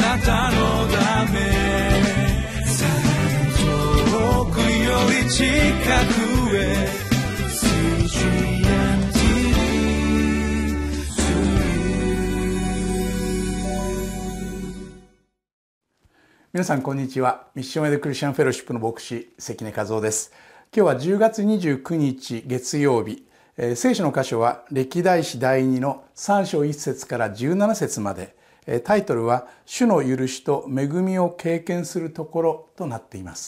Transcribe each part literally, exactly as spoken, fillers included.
なたのため遠くより近くへ皆さんこんにちは。ミッションエイドクリスチャンフェローシップの牧師関根和夫です。今日はじゅうがつにじゅうくにち月曜日、えー、聖書の箇所は歴代史だいにのさん章いっ節からじゅうなな節まで、えー、タイトルは主の許しと恵みを経験するところとなっています。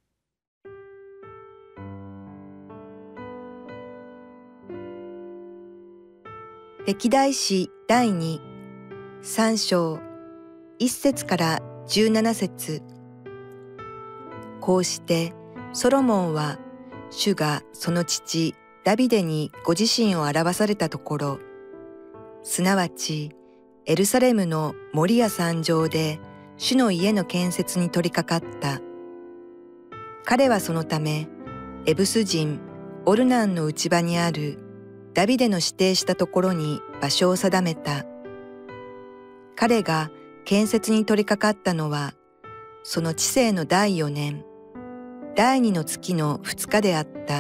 歴代史だいにさん章いっ節からじゅうなな節。こうしてソロモンは主がその父ダビデにご自身を表されたところ、すなわちエルサレムの森や山上で主の家の建設に取り掛かった。彼はそのためエブス人オルナンの内場にあるダビデの指定したところに場所を定めた。彼が建設に取り掛かったのは、その治世のだいよねん、だいにの月のふつかであった。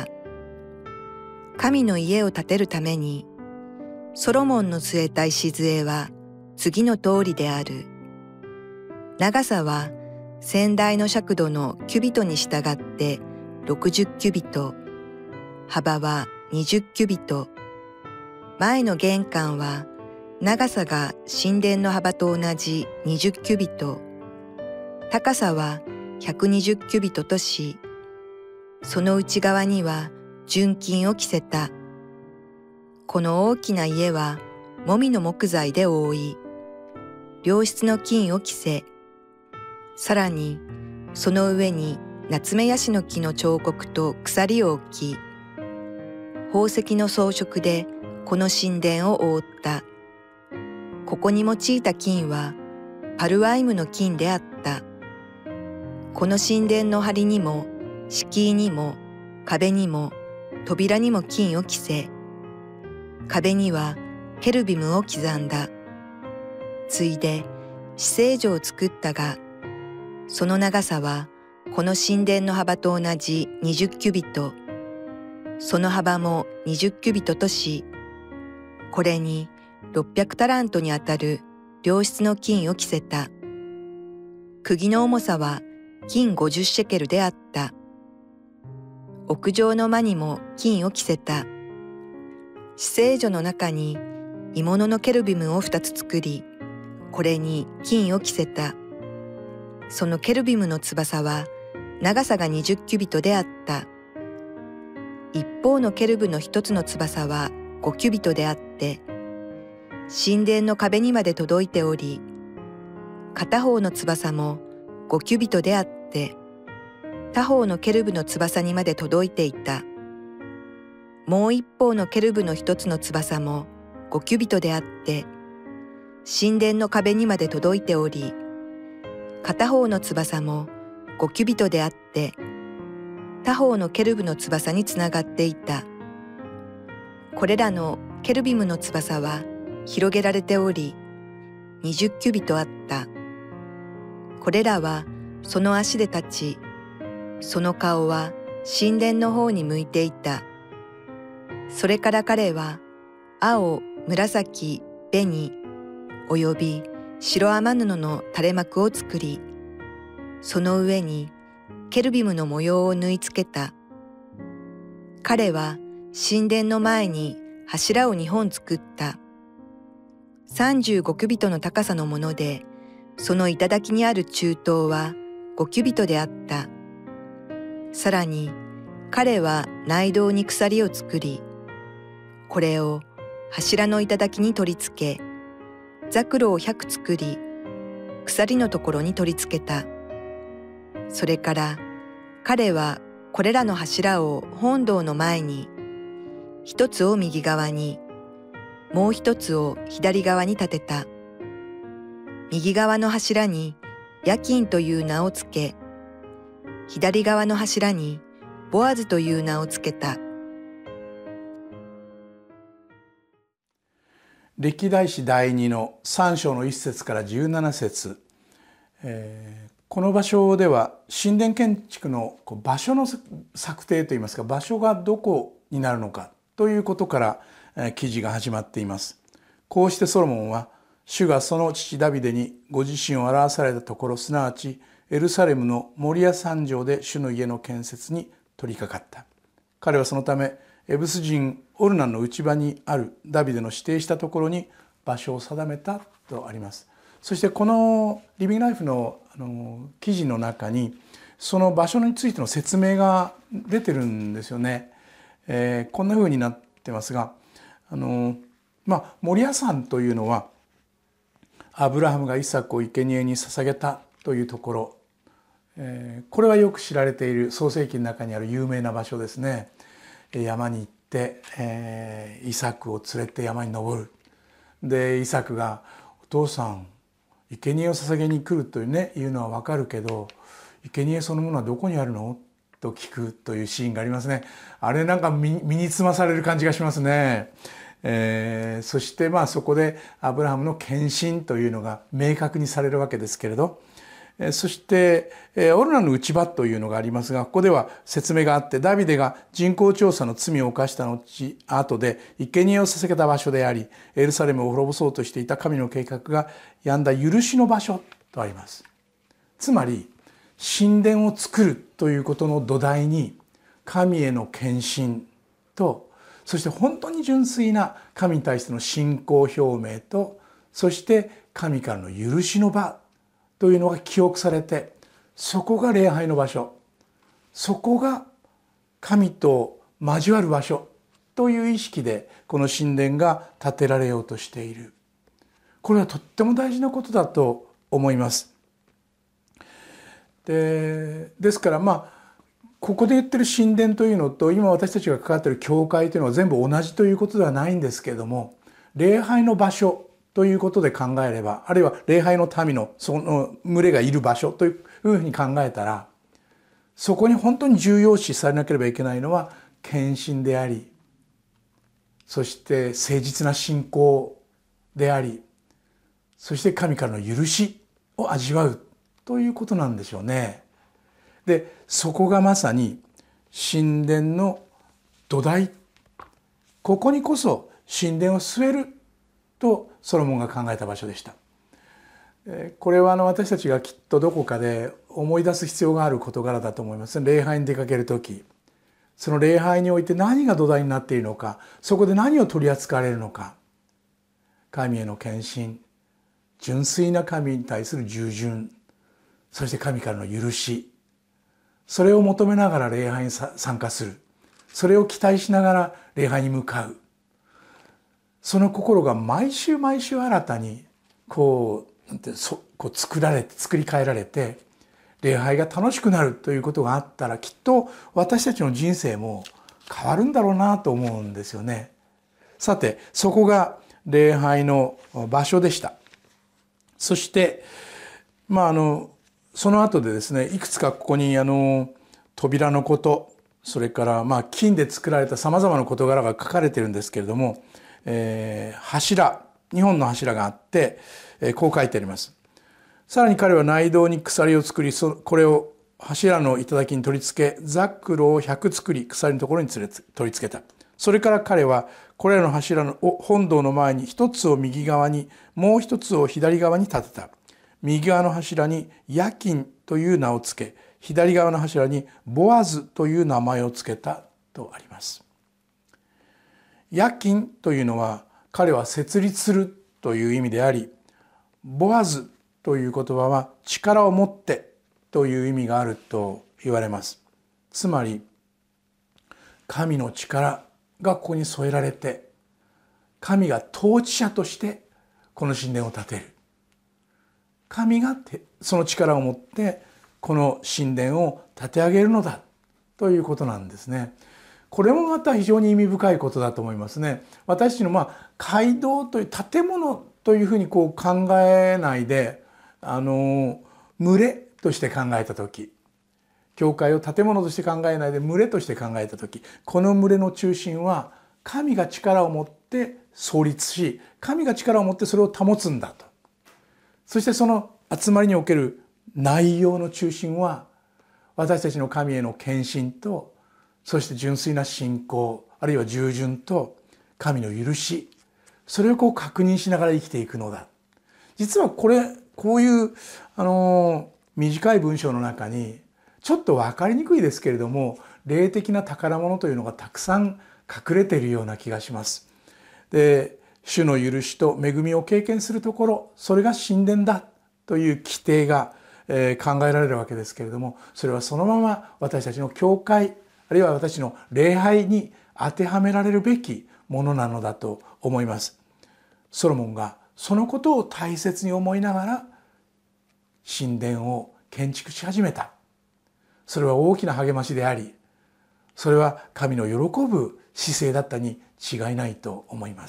神の家を建てるために、ソロモンの据えた礎は次の通りである。長さは先代の尺度のキュビトに従ってろくじゅっキュビト、幅はにじゅっキュビト、前の玄関は長さが神殿の幅と同じにじゅっキュビト、高さはひゃくにじゅっキュビトとし、その内側には純金を着せた。この大きな家はもみの木材で覆い、良質の金を着せ、さらにその上にナツメヤシの木の彫刻と鎖を置き、宝石の装飾でこの神殿を覆った。ここに用いた金はパルワイムの金であった。この神殿の梁にも敷居にも壁にも扉にも金を着せ、壁にはケルビムを刻んだ。ついで至聖所を作ったが、その長さはこの神殿の幅と同じにじゅっキュビト、その幅もにじゅっキュビトとし、これにろっぴゃくタラントにあたる良質の金を着せた。釘の重さは金ごじゅっシェケルであった。屋上の間にも金を着せた。至聖所の中に鋳物のケルビムを二つ作り、これに金を着せた。そのケルビムの翼は長さがにじゅっキュビトであった。一方のケルブの一つの翼はごキュビトであって、神殿の壁にまで届いており、片方の翼もごキュビトであって、他方のケルブの翼にまで届いていた。もう一方のケルブの一つの翼もごキュビトであって、神殿の壁にまで届いており、片方の翼もごキュビトであって、他方のケルブの翼につながっていた。これらのケルビムの翼は広げられており、にじゅっキュビトあった。これらはその足で立ち、その顔は神殿の方に向いていた。それから彼は青、紫、紅、および白雨布の垂れ幕を作り、その上にケルビムの模様を縫い付けた。彼は神殿の前に柱をにほん作った。さんじゅうごキュビトの高さのもので、その頂にある中東はごキュビトであった。さらに彼は内道に鎖を作り、これを柱の頂に取り付け、ザクロをひゃく作り、鎖のところに取り付けた。それから彼はこれらの柱を本堂の前に、一つを右側に、もう一つを左側に立てた。右側の柱にヤキンという名をつけ、左側の柱にボアズという名をつけた。 歴代史だいにのさん章のいっ節からじゅうなな節、 えー、この場所では神殿建築の場所の策定といいますか、場所がどこになるのかということから記事が始まっています。こうしてソロモンは主がその父ダビデにご自身を表されたところ、すなわちエルサレムのモリア山上で主の家の建設に取り掛かった。彼はそのためエブス人オルナンの内場にあるダビデの指定したところに場所を定めたとあります。そしてこのリビングライフのあの記事の中にその場所についての説明が出てるんですよね。えー、こんな風になってますが、あのまあモリア山というのはアブラハムがイサクを生贄に捧げたというところ、えー、これはよく知られている創世記の中にある有名な場所ですね。山に行って、えー、イサクを連れて山に登る。でイサクが「お父さん生贄を捧げに来る」というね言うのはわかるけど、生贄そのものはどこにあるのと聞くというシーンがありますね。あれなんか身につまされる感じがしますね。えー、そしてまあそこでアブラハムの献身というのが明確にされるわけですけれど、えー、そして、えー、オルナの内場というのがありますが、ここでは説明があって、ダビデが人口調査の罪を犯した後後で生贄を捧げた場所であり、エルサレムを滅ぼそうとしていた神の計画が止んだ許しの場所とあります。つまり神殿を作るということの土台に神への献身と、そして本当に純粋な神に対しての信仰表明と、そして神からの許しの場というのが記憶されて、そこが礼拝の場所、そこが神と交わる場所という意識でこの神殿が建てられようとしている。これはとっても大事なことだと思います。で、ですからまあここで言ってる神殿というのと今私たちが関わっている教会というのは全部同じということではないんですけれども、礼拝の場所ということで考えれば、あるいは礼拝の民のその群れがいる場所というふうに考えたら、そこに本当に重要視されなければいけないのは献身であり、そして誠実な信仰であり、そして神からの許しを味わうということなんでしょうね。で、そこがまさに神殿の土台、ここにこそ神殿を据えるとソロモンが考えた場所でした。これはあの私たちがきっとどこかで思い出す必要がある事柄だと思います。礼拝に出かけるとき、その礼拝において何が土台になっているのか、そこで何を取り扱われるのか、神への献身、純粋な神に対する従順、そして神からの許し、それを求めながら礼拝に参加する、それを期待しながら礼拝に向かう、その心が毎週毎週新たにこうなんてそこう作られて作り変えられて礼拝が楽しくなるということがあったら、きっと私たちの人生も変わるんだろうなと思うんですよね。さて、そこが礼拝の場所でした。そしてまああのその後でですね、いくつかここにあの扉のこと、それからまあ金で作られたさまざまな事柄が書かれているんですけれども、えー、柱にほんの柱があって、えー、こう書いてあります。さらに彼は内道に鎖を作り、そこれを柱の頂に取り付け、ザクロをひゃく作り鎖のところに取り付けた。それから彼はこれらの柱の本堂の前に一つを右側に、もう一つを左側に立てた。右側の柱にヤキンという名をつけ、左側の柱にボアズという名前をつけたとあります。ヤキンというのは彼は設立するという意味であり、ボアズという言葉は力を持ってという意味があると言われます。つまり神の力がここに添えられて、神が統治者としてこの神殿を建てる。神がその力を持ってこの神殿を建て上げるのだということなんですね。これもまた非常に意味深いことだと思いますね。私たちのまあ街道という建物というふうにこう考えないで、あの群れとして考えた時、教会を建物として考えないで群れとして考えた時、この群れの中心は神が力を持って創立し、神が力を持ってそれを保つんだと。そしてその集まりにおける内容の中心は私たちの神への献身と、そして純粋な信仰、あるいは従順と神の許し、それをこう確認しながら生きていくのだ。実はこれこういうあの短い文章の中にちょっと分かりにくいですけれども、霊的な宝物というのがたくさん隠れているような気がします。で、主の許しと恵みを経験するところ、それが神殿だという規定が、えー、考えられるわけですけれども、それはそのまま私たちの教会、あるいは私の礼拝に当てはめられるべきものなのだと思います。ソロモンがそのことを大切に思いながら神殿を建築し始めた。それは大きな励ましであり、それは神の喜ぶ姿勢だったに違いないと思います。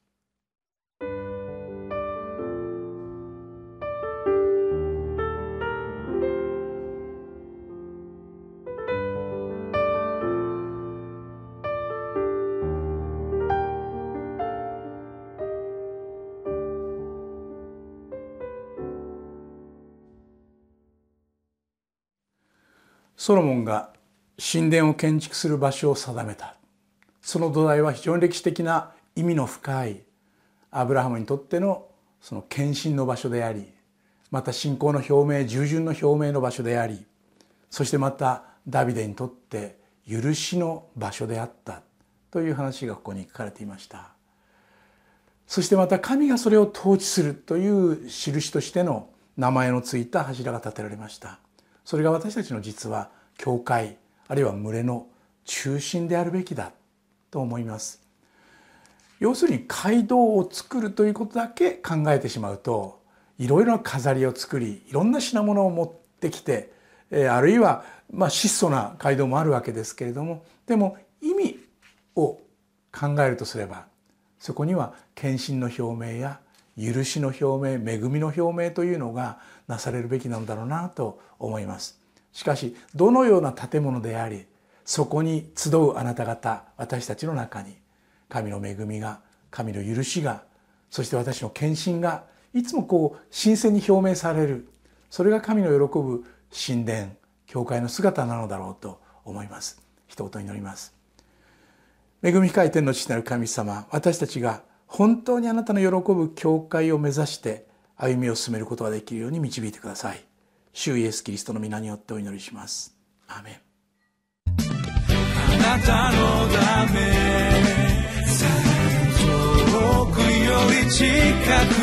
ソロモンが神殿を建築する場所を定めた。その土台は非常に歴史的な意味の深いアブラハムにとってのその献身の場所であり、また信仰の表明、従順の表明の場所であり、そしてまたダビデにとって許しの場所であったという話がここに書かれていました。そしてまた神がそれを統治するという印としての名前のついた柱が建てられました。それが私たちの実は教会、あるいは群れの中心であるべきだと思います。要するに街道を作るということだけ考えてしまうと、いろいろな飾りを作り、いろんな品物を持ってきて、あるいはまあ質素な街道もあるわけですけれども、でも意味を考えるとすれば、そこには献身の表明や許しの表明、恵みの表明というのがなされるべきなのだろうなと思います。しかしどのような建物であり、そこに集うあなた方、私たちの中に神の恵みが、神の許しが、そして私の献身がいつもこう新鮮に表明される、それが神の喜ぶ神殿、教会の姿なのだろうと思います。一言祈ります。恵み深い天の父なる神様、私たちが本当にあなたの喜ぶ教会を目指して歩みを進めることができるように導いてください。主イエスキリストの皆によってお祈りします。アーメン。 あなたのため遠くより近く